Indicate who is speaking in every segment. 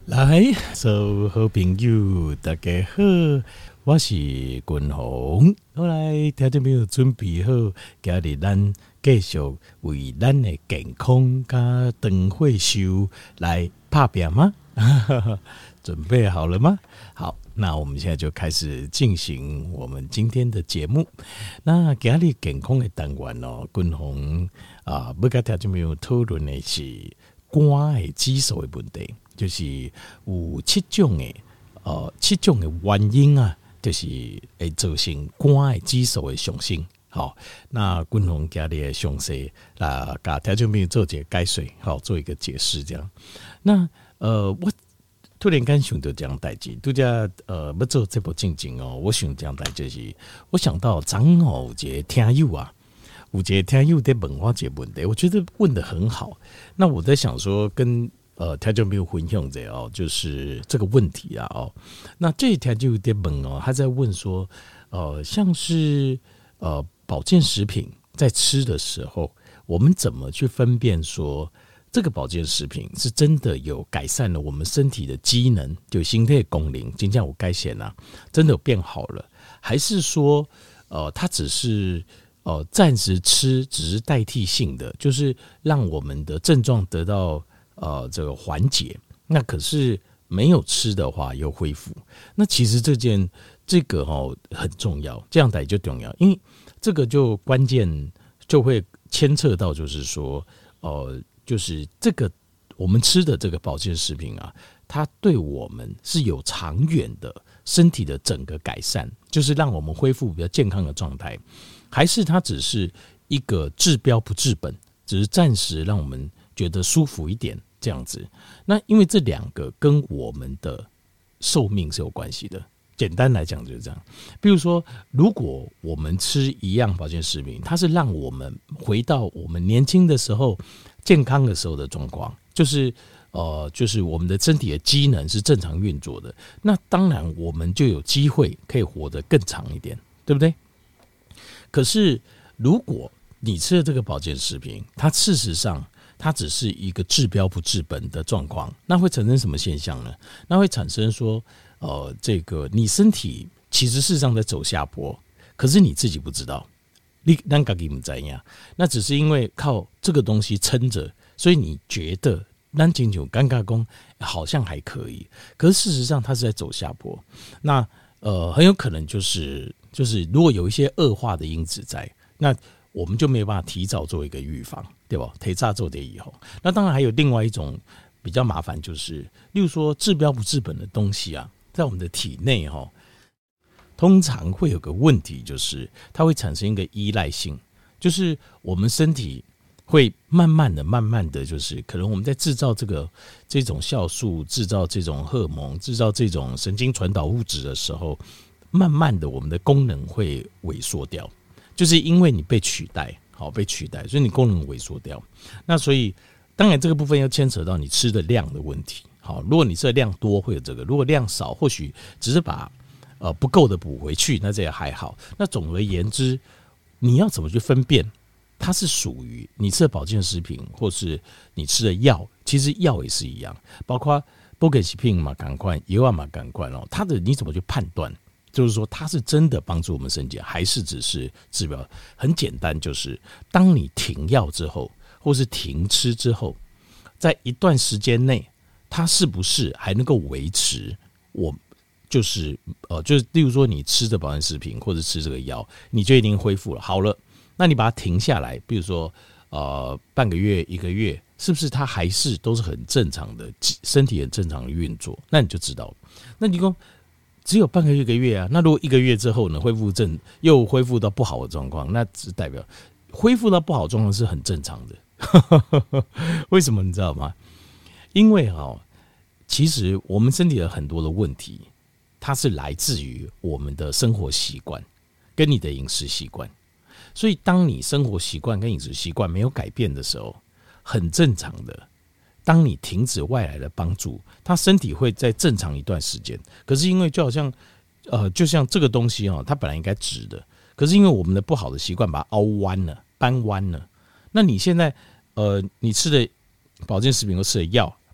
Speaker 1: 来，所有好朋友，大家好，我是君鸿。好来，听众朋友准备好，今日咱继续为咱的健康加长寿寿来打拼吗？准备好了吗？好，那我们现在就开始进行我们今天的节目。那今日健康的单元哦，君鸿要跟听众朋友讨论的是肝的指数的问题。就是有7种的原因啊，就是会造成肝的指数的上升。好，那君鸿今日的详细啦，给听众朋友做一个解释，好，做一个解释这样。那我突然间想到这样代志，拄则要做这部进程哦，我想这样代志是，我想到昨有一个听友啊。有一个听友在问我这个问题，我觉得问得很好。那我在想说跟听众朋友分享者哦，就是这个问题啊哦。那这一条就有点问哦，他在问说，像是保健食品在吃的时候，我们怎么去分辨说这个保健食品是真的有改善了我们身体的机能，就身体的功能，真正有改善啊，真的有变好了，还是说它只是暂时吃，只是代替性的，就是让我们的症状得到这个缓解，那可是没有吃的话又恢复。那其实这个很重要，这样就重要，因为这个就关键就会牵扯到，就是说就是这个我们吃的这个保健食品啊，它对我们是有长远的身体的整个改善，就是让我们恢复比较健康的状态，还是它只是一个治标不治本，只是暂时让我们觉得舒服一点这样子。那因为这两个跟我们的寿命是有关系的，简单来讲就是这样。比如说，如果我们吃一样保健食品，它是让我们回到我们年轻的时候健康的时候的状况，就是我们的身体的机能是正常运作的，那当然我们就有机会可以活得更长一点，对不对？可是如果你吃的这个保健食品，它事实上它只是一个治标不治本的状况，那会产生什么现象呢？那会产生说这个你身体其实事实上在走下坡，可是你自己不知道，你自己不知道，那只是因为靠这个东西撑着，所以你觉得咱亲像尴尬说好像还可以，可是事实上它是在走下坡。那很有可能就是如果有一些恶化的因子在，那我们就没有办法提早做一个预防，对吧？提早做点以后，那当然还有另外一种比较麻烦，就是例如说治标不治本的东西啊，在我们的体内通常会有个问题，就是它会产生一个依赖性，就是我们身体会慢慢的，就是可能我们在制造这种酵素，制造这种荷尔蒙，制造这种神经传导物质的时候，慢慢的我们的功能会萎缩掉，就是因为你被取代，所以你功能萎缩掉。那所以当然这个部分要牵扯到你吃的量的问题。好，如果你吃的量多会有这个，如果量少，或许只是把不够的补回去，那这也还好。那总而言之，你要怎么去分辨它是属于你吃的保健食品，或是你吃的药？其实药也是一样，包括保健食品嘛，赶快药啊嘛，赶快它的你怎么去判断？就是说，它是真的帮助我们身体，还是只是治标？很简单，就是当你停药之后，或是停吃之后，在一段时间内，它是不是还能够维持就是例如说你吃的保健食品或者吃这个药，你就已经恢复了，好了，那你把它停下来，比如说半个月、1个月，是不是它还是都是很正常的身体很正常的运作？那你就知道了。那你说只有半个月、1个月啊，那如果1个月之后呢，又恢复到不好的状况，那只代表恢复到不好的状况是很正常的。为什么你知道吗？因为其实我们身体的很多的问题，它是来自于我们的生活习惯跟你的饮食习惯。所以当你生活习惯跟饮食习惯没有改变的时候，很正常的，当你停止外来的帮助，他身体会在正常一段时间。可是因为就好像就像这个东西它本来应该直的，可是因为我们的不好的习惯把它凹弯了、扳弯了，那你现在你吃的保健食品或吃的药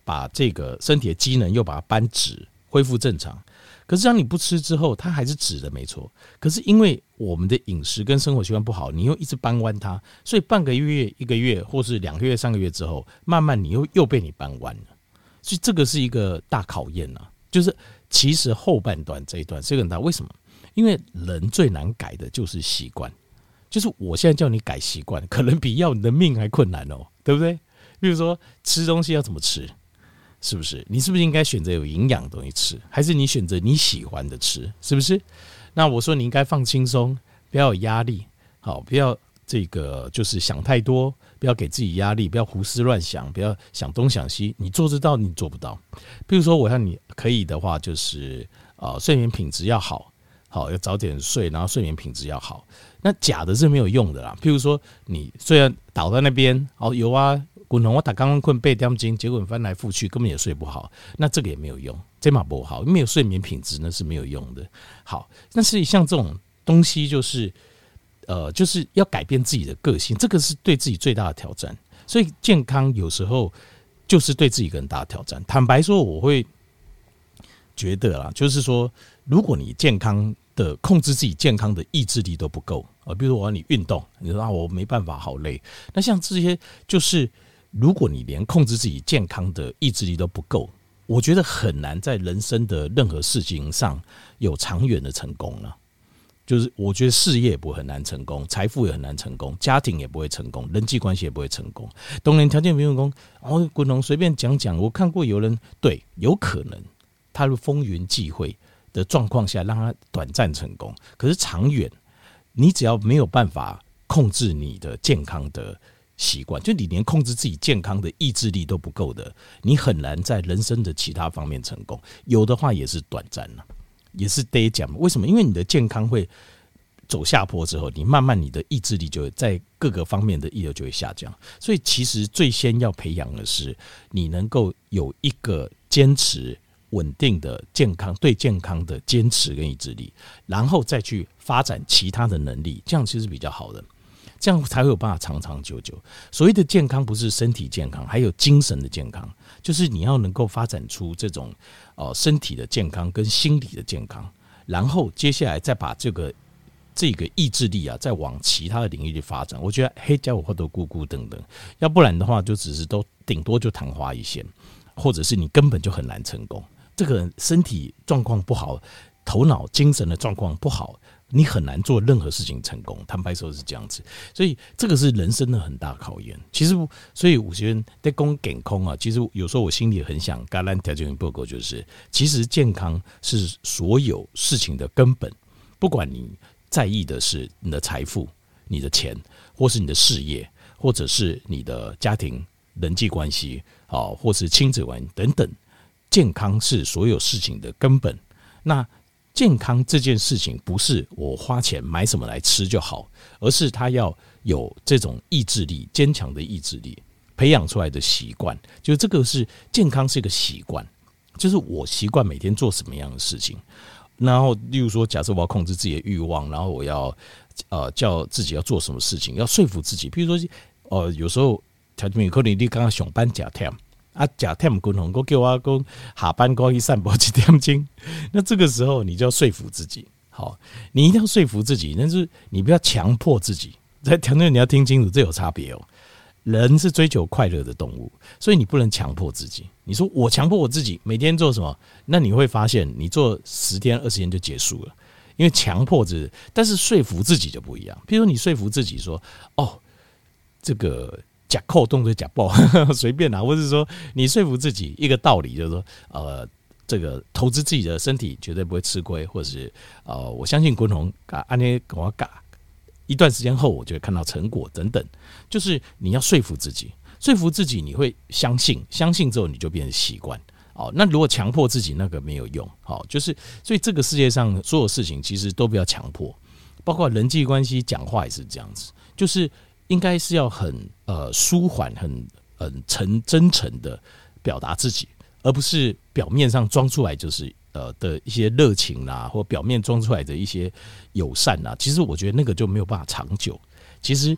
Speaker 1: 把这个身体的机能又把它扳直，恢复正常。可是当你不吃之后，它还是直的，没错。可是因为我们的饮食跟生活习惯不好，你又一直扳弯它，所以半个月、1个月，或是2个月、3个月之后，慢慢你又被你扳弯了。所以这个是一个大考验啊。就是其实后半段这一段是很大，为什么？因为人最难改的就是习惯。就是我现在叫你改习惯，可能比要你的命还困难哦，对不对？比如说吃东西要怎么吃？是不是？你是不是应该选择有营养的东西吃，还是你选择你喜欢的吃？是不是？那我说你应该放轻松，不要有压力，好，不要这个就是想太多，不要给自己压力，不要胡思乱想，不要想东想西。你做得到，你做不到。比如说，我让你可以的话，就是睡眠品质要好，好要早点睡，然后睡眠品质要好。那假的是没有用的啦。譬如说，你虽然倒在那边，有啊。滚红我打刚刚困8点钟，结果你翻来覆去根本也睡不好，那这个也没有用，这嘛不好，没有睡眠品质那是没有用的。好，但是像这种东西就是要改变自己的个性，这个是对自己最大的挑战。所以健康有时候就是对自己一个很大的挑战。坦白说，我会觉得啦，就是说，如果你健康的控制自己健康的意志力都不够比如说我让你运动，你说我没办法，好累。那像这些就是。如果你连控制自己健康的意志力都不够，我觉得很难在人生的任何事情上有长远的成功了。就是我觉得事业也不会很难成功，财富也很难成功，家庭也不会成功，人际关系也不会成功。当然条件没有功，滚龙随便讲讲，我看过有人对有可能他的风云际会的状况下让他短暂成功，可是长远你只要没有办法控制你的健康的习惯，就你连控制自己健康的意志力都不够的，你很难在人生的其他方面成功。有的话也是短暂了，也是得讲。为什么？因为你的健康会走下坡之后，你慢慢你的意志力就会在各个方面的意志就会下降。所以其实最先要培养的是你能够有一个坚持稳定的健康对健康的坚持跟意志力，然后再去发展其他的能力，这样其实比较好的。这样才会有办法长长久久。所谓的健康不是身体健康，还有精神的健康，就是你要能够发展出这种身体的健康跟心理的健康，然后接下来再把这个意志力再往其他的领域去发展。我觉得黑加我或者咕咕等等，要不然的话就只是都顶多就昙花一现，或者是你根本就很难成功。这个身体状况不好，头脑精神的状况不好，你很难做任何事情成功。坦白说是这样子，所以这个是人生的很大考验。其实，所以我觉得在讲健康其实有时候我心里很想跟咱条件报告，就是其实健康是所有事情的根本。不管你在意的是你的财富、你的钱，或是你的事业，或者是你的家庭人际关系或是亲子关系等等，健康是所有事情的根本。那健康这件事情不是我花钱买什么来吃就好，而是他要有这种意志力，坚强的意志力培养出来的习惯。就这个是健康是一个习惯，就是我习惯每天做什么样的事情。然后例如说假设我要控制自己的欲望，然后我要叫自己要做什么事情，要说服自己。比如说有时候条件可能你刚刚上班吃忝吃忝滚红，我叫我讲下班过去散步1点钟，那这个时候你就要说服自己。好，你一定要说服自己，但是你不要强迫自己。在条件你要听清楚，这有差别哦。人是追求快乐的动物，所以你不能强迫自己。你说我强迫我自己每天做什么，那你会发现你做10天20天就结束了，因为强迫着。但是说服自己就不一样。譬如你说服自己说，这个假扣动作假爆随便或者说你说服自己一个道理，就是说这个投资自己的身体绝对不会吃亏，或者是我相信滚红按呢跟我讲一段时间后我就会看到成果等等。就是你要说服自己，说服自己你会相信，相信之后你就变成习惯。那如果强迫自己那个没有用。就是所以这个世界上所有事情其实都不要强迫，包括人际关系讲话也是这样子，就是应该是要很舒缓很真诚的表达自己，而不是表面上装出来就是的一些热情啦，或表面装出来的一些友善啦。其实我觉得那个就没有办法长久。其实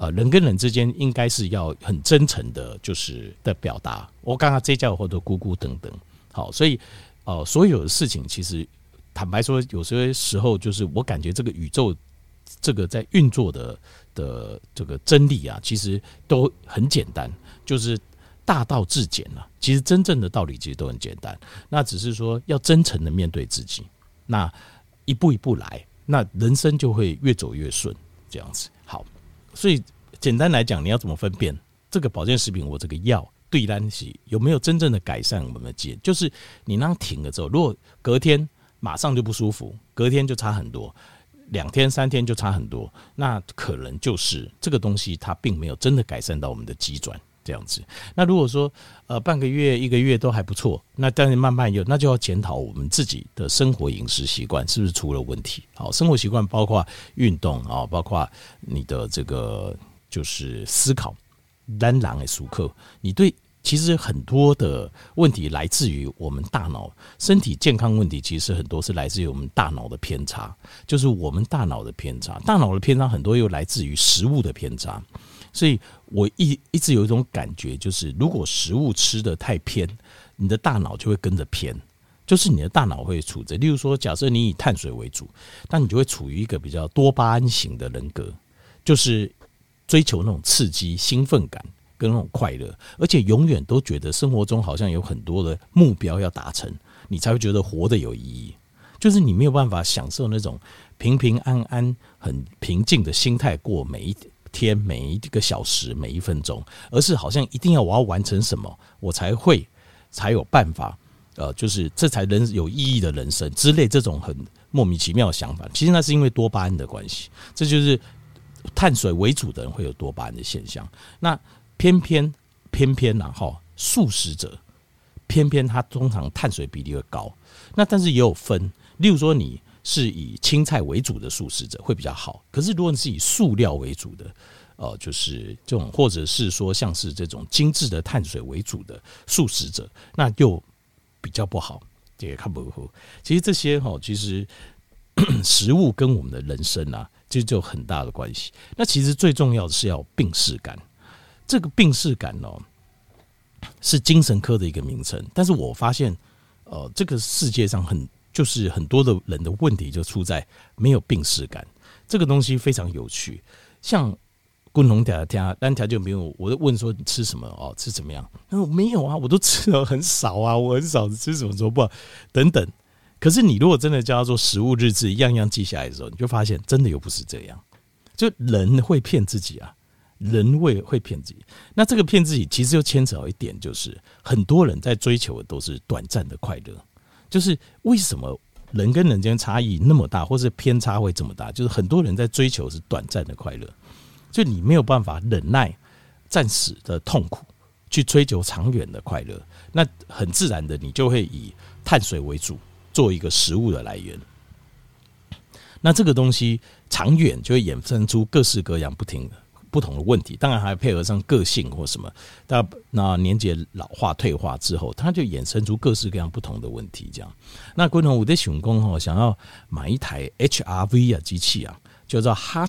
Speaker 1: 人跟人之间应该是要很真诚的，就是的表达。我刚刚这叫或者姑姑等等，好，所以所有的事情其实坦白说，有些时候就是我感觉这个宇宙这个在运作的这个真理啊，其实都很简单，就是大道至简啊。其实真正的道理其实都很简单，那只是说要真诚的面对自己，那一步一步来，那人生就会越走越顺，这样子。好，所以简单来讲，你要怎么分辨这个保健食品，我这个药对咱是有没有真正的改善我们的疾？就是你让它停了之后，如果隔天马上就不舒服，隔天就差很多，2天3天就差很多，那可能就是这个东西它并没有真的改善到我们的机转这样子。那如果说半个月1个月都还不错，那但是慢慢那就要检讨我们自己的生活饮食习惯是不是出了问题。好，生活习惯包括运动啊，包括你的这个就是思考，咱人的思考，你对。其实很多的问题来自于我们大脑身体健康问题，其实很多是来自于我们大脑的偏差，就是我们大脑的偏差。大脑的偏差很多又来自于食物的偏差，所以我一直有一种感觉，就是如果食物吃得太偏，你的大脑就会跟着偏，就是你的大脑会处着。例如说，假设你以碳水为主，那你就会处于一个比较多巴胺型的人格，就是追求那种刺激、兴奋感。跟那种快乐，而且永远都觉得生活中好像有很多的目标要达成，你才会觉得活得有意义。就是你没有办法享受那种平平安安、很平静的心态过每一天、每一个小时、每一分钟，而是好像一定要我要完成什么，我才有办法，就是这才能有意义的人生之类这种很莫名其妙的想法。其实那是因为多巴胺的关系，这就是碳水为主的人会有多巴胺的现象。那偏偏然后素食者，偏偏他通常碳水比例会高。那但是也有分，例如说你是以青菜为主的素食者会比较好，可是如果你是以素料为主的，就是这种或者是说像是这种精致的碳水为主的素食者，那就比较不好，也看不好。其实这些其实食物跟我们的人生啊，就有很大的关系。那其实最重要的是要有病识感。这个病识感是精神科的一个名称，但是我发现这个世界上就是很多的人的问题就出在没有病识感。这个东西非常有趣，像滚龙条单条就没有，我就问说你吃什么吃怎么样？他说没有啊，我都吃的很少啊，我很少吃什么怎么不好等等。可是你如果真的叫他做食物日志，样样记下来的时候，你就发现真的又不是这样，就人会骗自己啊。人会骗自己，那这个骗自己其实又牵扯到一点，就是很多人在追求的都是短暂的快乐。就是为什么人跟人间差异那么大，或是偏差会这么大？就是很多人在追求是短暂的快乐，就你没有办法忍耐暂时的痛苦，去追求长远的快乐。那很自然的，你就会以碳水为主，做一个食物的来源。那这个东西长远就会衍生出各式各样不同的问题，当然还配合上个性或什么，那年纪老化退化之后，它就衍生出各式各样不同的问题。这样，那观众我在想说想要买一台 HRV 机器啊，叫做 Heart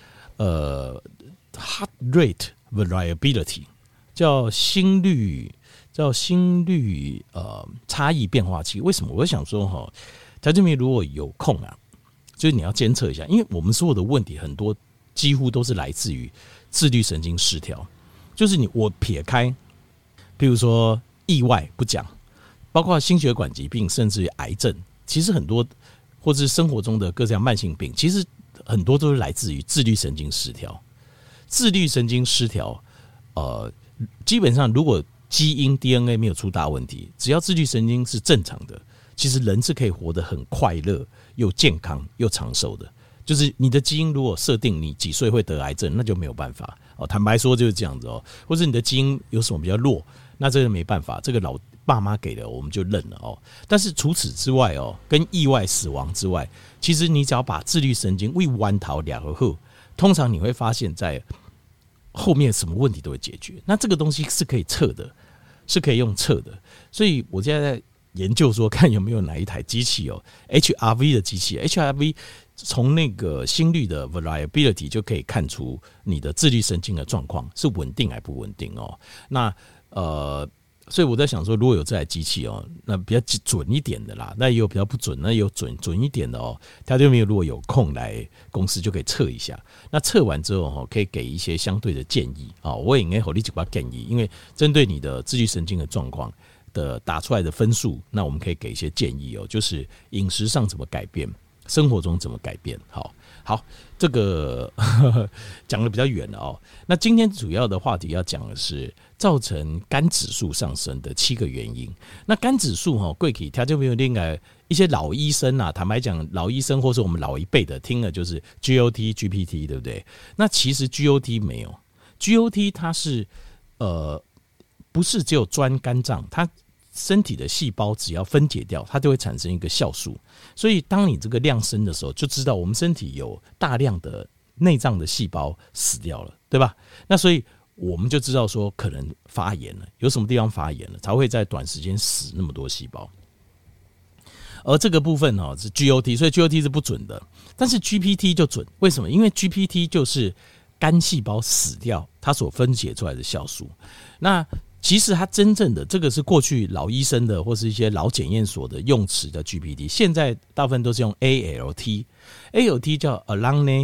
Speaker 1: Rate Variability， 叫心率差异变化器。为什么？我想说台中民如果有空啊，就是你要监测一下，因为我们所有的问题很多。几乎都是来自于自律神经失调，就是我撇开，比如说意外不讲，包括心血管疾病，甚至于癌症，其实很多或是生活中的各项慢性病，其实很多都是来自于自律神经失调。自律神经失调，基本上如果基因 DNA 没有出大问题，只要自律神经是正常的，其实人是可以活得很快乐、又健康又长寿的。就是你的基因如果设定你几岁会得癌症，那就没有办法坦白说就是这样子或者你的基因有什么比较弱，那这个没办法，这个老爸妈给的我们就认了但是除此之外跟意外死亡之外，其实你只要把自律神经为弯桃两个后，通常你会发现在后面什么问题都会解决。那这个东西是可以测的，是可以用测的，所以我现在在研究说看有没有哪一台机器HRV 的机器。HRV 从那个心率的 variability 就可以看出你的自律神经的状况是稳定还不稳定哦。那所以我在想说，如果有这台机器哦，那比较准一点的啦，那也有比较不准，那也有准一点的哦。他就没有，如果有空来公司就可以测一下。那测完之后可以给一些相对的建议啊，我也应该给你几个建议，因为针对你的自律神经的状况的打出来的分数，那我们可以给一些建议哦，就是饮食上怎么改变，生活中怎么改变。好，这个讲的比较远了哦。那今天主要的话题要讲的是造成肝指数上升的7个原因。那肝指数过去他就没有另外一些老医生啊，坦白讲，老医生或是我们老一辈的听了就是 GOT、GPT， 对不对？那其实 GOT 没有 ，GOT 它是不是只有专肝脏，它身体的细胞只要分解掉，它就会产生一个酵素。所以当你这个量升的时候，就知道我们身体有大量的内脏的细胞死掉了，对吧？那所以我们就知道说可能发炎了，有什么地方发炎了，才会在短时间死那么多细胞。而这个部分是 GOT， 所以 GOT 是不准的，但是 GPT 就准。为什么？因为 GPT 就是肝细胞死掉它所分解出来的酵素。那其实它真正的这个是过去老医生的或是一些老检验所的用词的 GPT， 现在大部分都是用 ALT 叫 Alanine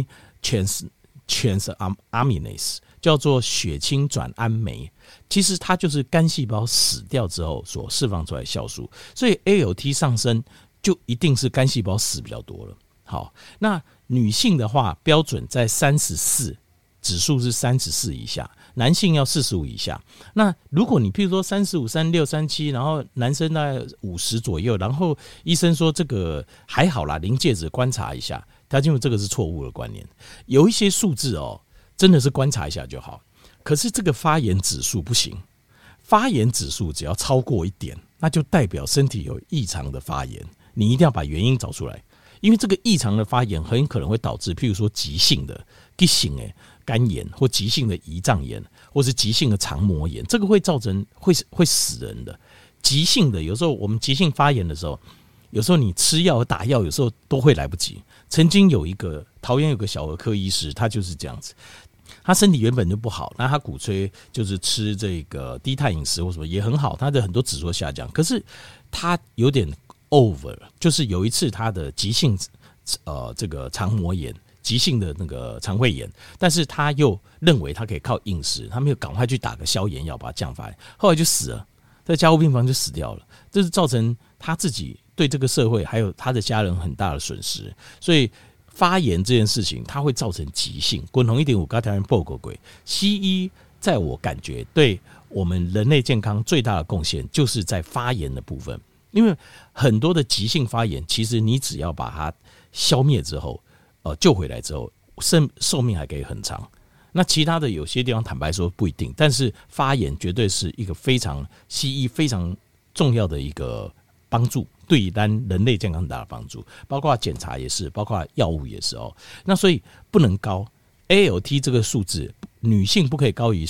Speaker 1: Transaminase， 叫做血清转氨酶。其实它就是肝细胞死掉之后所释放出来的酵素，所以 ALT 上升就一定是肝细胞死比较多了。好，那女性的话标准在34，指数是34以下，男性要45以下。那如果你譬如说35、36、37，然后男生大概50左右，然后医生说这个还好啦，临界值观察一下，他认为这个是错误的观念。有一些数字真的是观察一下就好，可是这个发炎指数不行，发炎指数只要超过1点，那就代表身体有异常的发炎，你一定要把原因找出来。因为这个异常的发炎很可能会导致譬如说急性的肝炎，或急性的胰脏炎，或是急性的肠膜炎，这个会造成会死人的。急性的有时候我们急性发炎的时候，有时候你吃药打药有时候都会来不及。曾经桃园有个小儿科医师，他就是这样子，他身体原本就不好，那他鼓吹就是吃这个低碳饮食或什么也很好，他的很多指数下降，可是他有点 over， 就是有一次他的急性这个肠膜炎，急性的那个肠胃炎，但是他又认为他可以靠饮食，他没有赶快去打个消炎药把它降发炎，后来就死了，在加护病房就死掉了，这是造成他自己对这个社会还有他的家人很大的损失。所以发炎这件事情它会造成急性。滚红1.5跟台湾报告过，西医在我感觉对我们人类健康最大的贡献就是在发炎的部分，因为很多的急性发炎其实你只要把它消灭之后救回来之后寿命还可以很长。那其他的有些地方坦白说不一定，但是发炎绝对是一个西医非常重要的一个帮助，对于人类健康很大的帮助，包括检查也是，包括药物也是那所以不能高 ALT 这个数字，女性不可以高于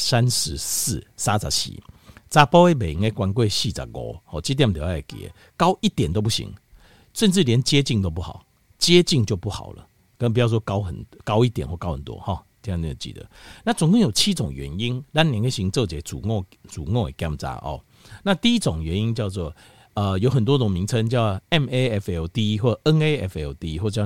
Speaker 1: 34、34，查甫的不应该高过45，这点就要记，高一点都不行，甚至连接近都不好，接近就不好了，更不要说高一点或高很多这样就记得。那总共有7种原因，咱两个行做一个主我的检查那第一种原因叫做有很多种名称，叫 MAFLD 或 NAFLD 或叫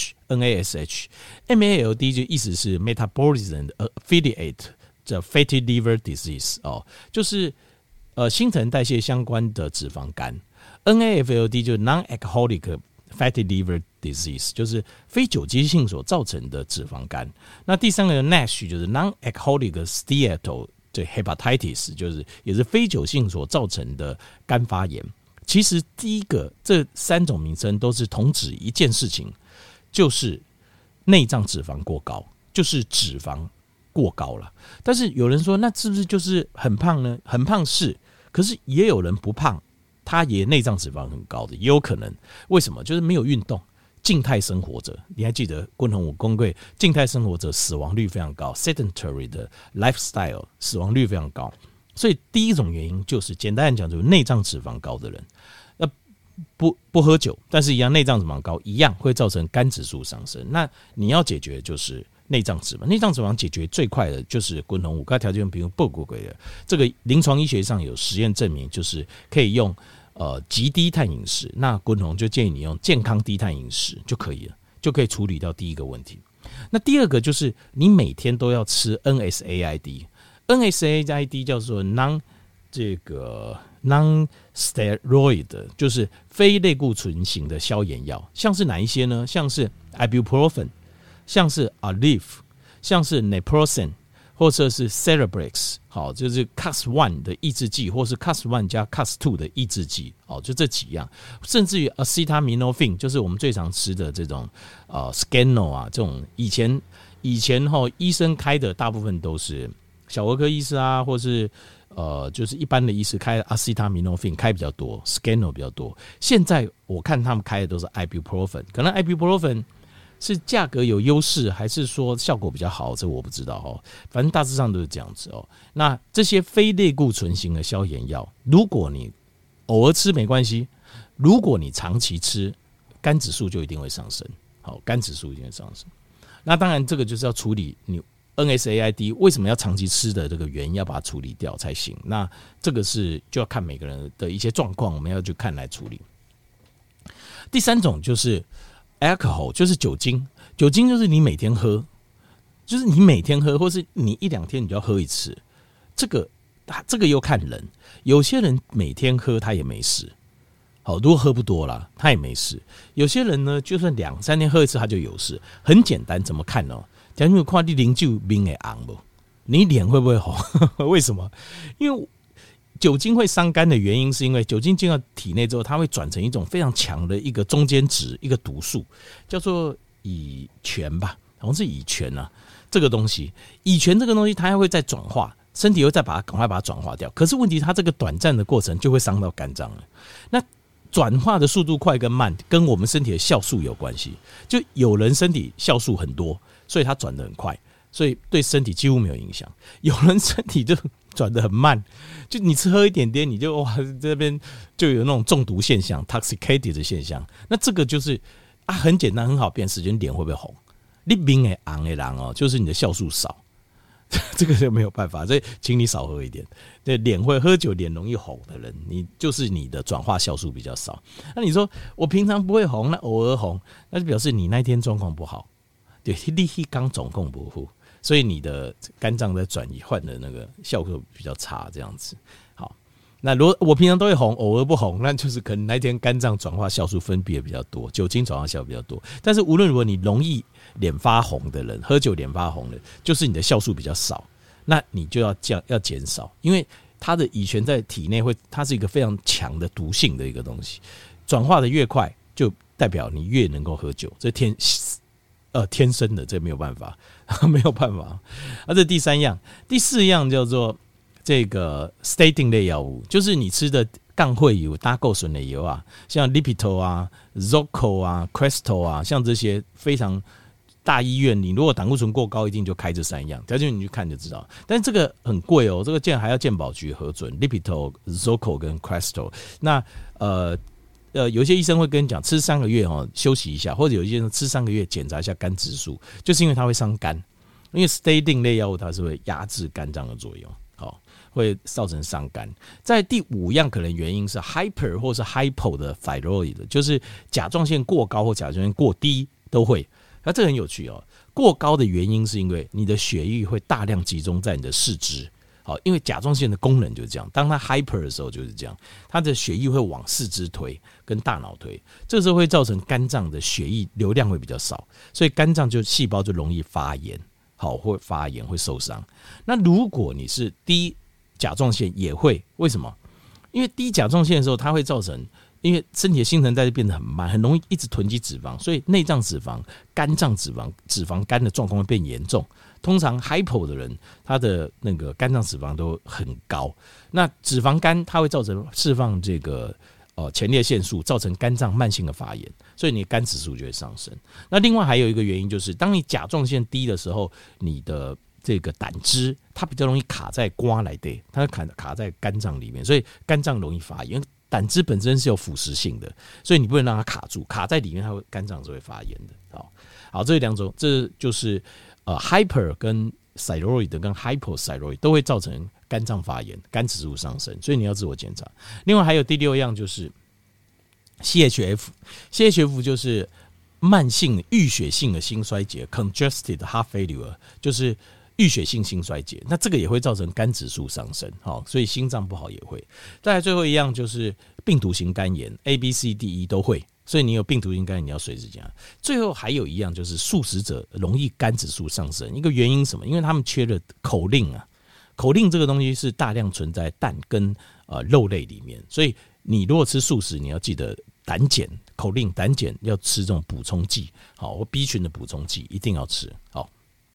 Speaker 1: NASH。MAFLD 就意思是 Metabolism Affiliate 叫 Fatty Liver Disease 就是新陈代谢相关的脂肪肝。NAFLD 就是 Non-Alcoholic Fatty Liver Disease， 就是非酒精性所造成的脂肪肝。那第三个 NASH 就是 Non-Alcoholic Steatohepatitis， 就是也是非酒性所造成的肝发炎。其实第一个这3种名称都是同指一件事情，就是内脏脂肪过高，就是脂肪过高了。但是有人说那是不是就是很胖呢？很胖是，可是也有人不胖，他也内脏脂肪很高的，也有可能。为什么？就是没有运动，静态生活者。你还记得昆同武公贵静态生活者死亡率非常高 ，sedentary 的 lifestyle 死亡率非常高。所以第一种原因就是简单讲，就是内脏脂肪高的人。 不喝酒，但是一样内脏脂肪高，一样会造成肝指数上升。那你要解决就是内脏脂肪，内脏脂肪解决最快的就是滚筒五，刚才条件比如报过的这个临床医学上有实验证明，就是可以用极低碳饮食。那滚筒就建议你用健康低碳饮食就可以了，就可以处理掉第一个问题。那第二个就是你每天都要吃 NSAID，NSAID 叫做 non-steroid， 就是非类固醇型的消炎药，像是哪一些呢？像是 ibuprofen， 像是 Aleve， 像是 Naproxen， 或者是 Celebrex， 好，就是 Cas1 的抑制剂，或是 Cas1 加 Cas2 的抑制剂，好，就这几样，甚至于 Acetaminophen， 就是我们最常吃的这种Scano 啊，这种以前医生开的大部分都是小儿科医师啊，或是就是一般的医师开 Acetaminophen 开比较多 ，Scano 比较多。现在我看他们开的都是 Ibuprofen， 可能 Ibuprofen 是价格有优势，还是说效果比较好？这我不知道哦。反正大致上都是这样子哦。那这些非类固醇型的消炎药，如果你偶尔吃没关系，如果你长期吃，肝指数就一定会上升。好，肝指数一定会上升。那当然，这个就是要处理你 NSAID 为什么要长期吃的这个原因，要把它处理掉才行。那这个是就要看每个人的一些状况，我们要去看来处理。第三种就是 alcohol， 就是酒精，酒精就是你每天喝，就是你每天喝，或是你一两天你就要喝一次。这个又看人，有些人每天喝他也没事，好，如果喝不多啦，他也没事。有些人呢，就算2、3天喝一次他就有事。很简单，怎么看呢？假如你看你啉酒面会红不？你脸会不会红？为什么？因为酒精会伤肝的原因，是因为酒精进到体内之后，它会转成一种非常强的一个中间值，一个毒素，叫做乙醛吧，好像是乙醛啊。这个东西，乙醛这个东西，它还会再转化，身体会再赶快把它转化掉。可是问题，它这个短暂的过程就会伤到肝脏了。那转化的速度快跟慢，跟我们身体的酵素有关系。就有人身体酵素很多，所以它转得很快，所以对身体几乎没有影响。有人身体就转得很慢，就你吃喝一点点，你就哇这边就有那种中毒现象 ，toxicated 的现象。那这个就是很简单很好辨识，就是脸会不会红。你面会红的人哦，就是你的酵素少。这个就没有办法，所以请你少喝一点。对，脸会喝酒脸容易红的人，你就是你的转化酵素比较少。那你说我平常不会红，那偶尔红，那就表示你那天状况不好。对，你刚总共不好，所以你的肝脏在转移换的那个效果比较差，这样子。好，那如果我平常都会红，偶尔不红，那就是可能那天肝脏转化酵素分泌的比较多，酒精转化酵素比较多。但是无论如何，你容易脸发红的人，喝酒脸发红的，就是你的酵素比较少，那你就要减少，因为它的乙醛在体内它是一个非常强的毒性的一个东西，转化的越快，就代表你越能够喝酒，这天生的，这没有办法，没有办法。这第三样，第四样叫做这个 statin 类药物，就是你吃的杠会油、搭构醇的油啊，像 Lipitor 啊、Zocco 啊、Crestor 啊，像这些非常大医院，你如果胆固醇过高，一定就开这3样，条件你去看就知道。但是这个很贵哦，这个还要健保局核准 ，Lipitor、Zocco 跟 Crestor。那有些医生会跟你讲，吃3个月休息一下，或者有一些人吃3个月检查一下肝指数，就是因为它会伤肝，因为 statin 类药物它是会压制肝脏的作用，好，会造成伤肝。在第5样可能原因是 hyper 或是 hypo 的 thyroid， 就是甲状腺过高或甲状腺过低都会。那这个很有趣哦，过高的原因是因为你的血液会大量集中在你的四肢。好，因为甲状腺的功能就是这样，当它 hyper 的时候就是这样，它的血液会往四肢推，跟大脑推，这时候会造成肝脏的血液流量会比较少，所以肝脏细胞就容易发炎，好，会发炎会受伤。那如果你是低甲状腺也会，为什么？因为低甲状腺的时候，它会造成，因为身体的新陈代谢变得很慢，很容易一直囤积脂肪，所以内脏脂肪、肝脏脂肪、脂肪肝的状况会变严重。通常 hypo 的人，他的那个肝脏脂肪都很高，那脂肪肝它会造成释放这个前列腺素，造成肝脏慢性的发炎，所以你的肝指数就会上升。那另外还有一个原因就是，当你甲状腺低的时候，你的这个胆汁它比较容易卡在瓜来的，它卡在肝脏里面，所以肝脏容易发炎。 胆汁本身是有腐蚀性的，所以你不能让它卡住，卡在里面，它会肝脏是会发炎的。好，这两种，这就是hyper 跟 thyroid 跟 hypothyroid 都会造成肝脏发炎，肝指数上升，所以你要自我检查。另外还有第6样就是 CHF 就是慢性淤血性的心衰竭 congested heart failure， 就是淤血性心衰竭，那这个也会造成肝指数上升，所以心脏不好也会。再来最后一样就是病毒型肝炎 ，ABCDE 都会，所以你有病毒型肝炎你要随时检查。最后还有一样就是素食者容易肝指数上升，一个原因什么？因为他们缺了口令啊，口令这个东西是大量存在蛋跟肉类里面，所以你如果吃素食，你要记得胆碱，口令胆碱要吃这种补充剂，好，或 B 群的补充剂一定要吃，好。